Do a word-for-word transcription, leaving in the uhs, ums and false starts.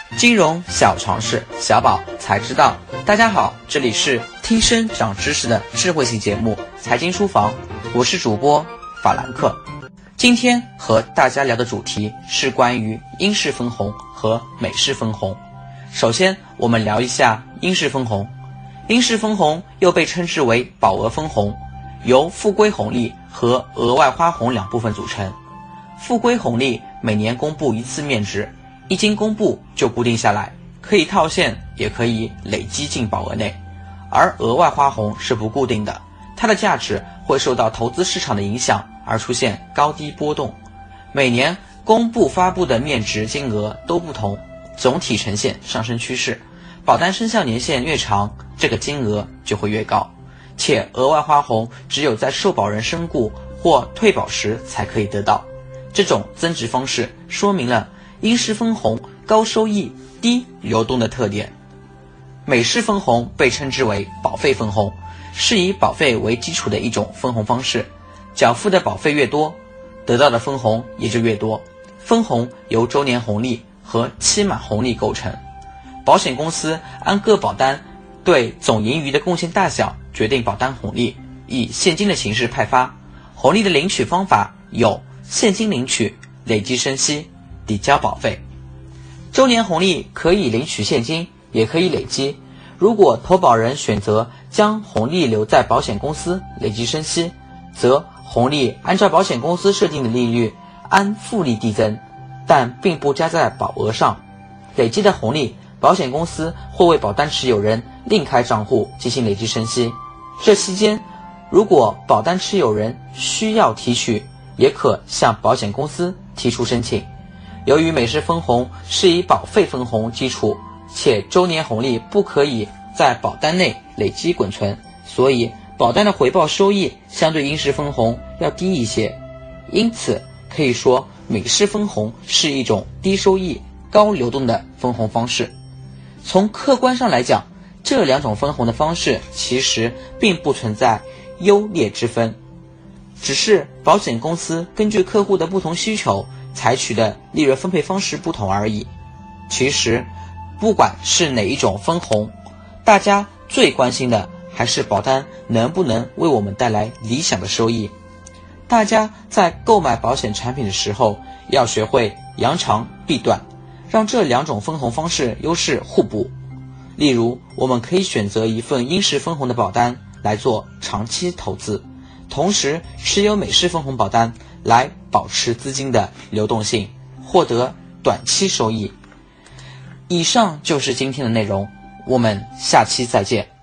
金融小常识，小宝才知道。大家好，这里是听声长知识的智慧型节目《财经书房》，我是主播法兰克。今天和大家聊的主题是关于英式分红和美式分红。首先，我们聊一下英式分红。英式分红又被称之为保额分红，由复归红利和额外花红两部分组成。复归红利每年公布一次面值，一经公布就固定下来，可以套现也可以累积进保额内。而额外花红是不固定的，它的价值会受到投资市场的影响而出现高低波动。每年公布发布的面值金额都不同，总体呈现上升趋势。保单生效年限越长，这个金额就会越高，且额外花红只有在受保人身故或退保时才可以得到。这种增值方式说明了英式分红高收益、低流动的特点。美式分红被称之为保费分红，是以保费为基础的一种分红方式。缴付的保费越多，得到的分红也就越多。分红由周年红利和期满红利构成。保险公司按各保单对总盈余的贡献大小决定保单红利，以现金的形式派发。红利的领取方法有现金领取、累积生息、抵交保费。周年红利可以领取现金，也可以累积。如果投保人选择将红利留在保险公司累积生息，则红利按照保险公司设定的利率按复利递增，但并不加在保额上。累积的红利，保险公司会为保单持有人另开账户进行累积生息。这期间，如果保单持有人需要提取，也可向保险公司提出申请。由于美式分红是以保费分红基础，且周年红利不可以在保单内累积滚存，所以保单的回报收益相对英式分红要低一些。因此可以说美式分红是一种低收益、高流动的分红方式。从客观上来讲，这两种分红的方式其实并不存在优劣之分，只是保险公司根据客户的不同需求采取的利润分配方式不同而已。其实不管是哪一种分红，大家最关心的还是保单能不能为我们带来理想的收益。大家在购买保险产品的时候要学会扬长避短，让这两种分红方式优势互补。例如，我们可以选择一份英式分红的保单来做长期投资，同时持有美式分红保单来保持资金的流动性，获得短期收益。以上就是今天的内容，我们下期再见。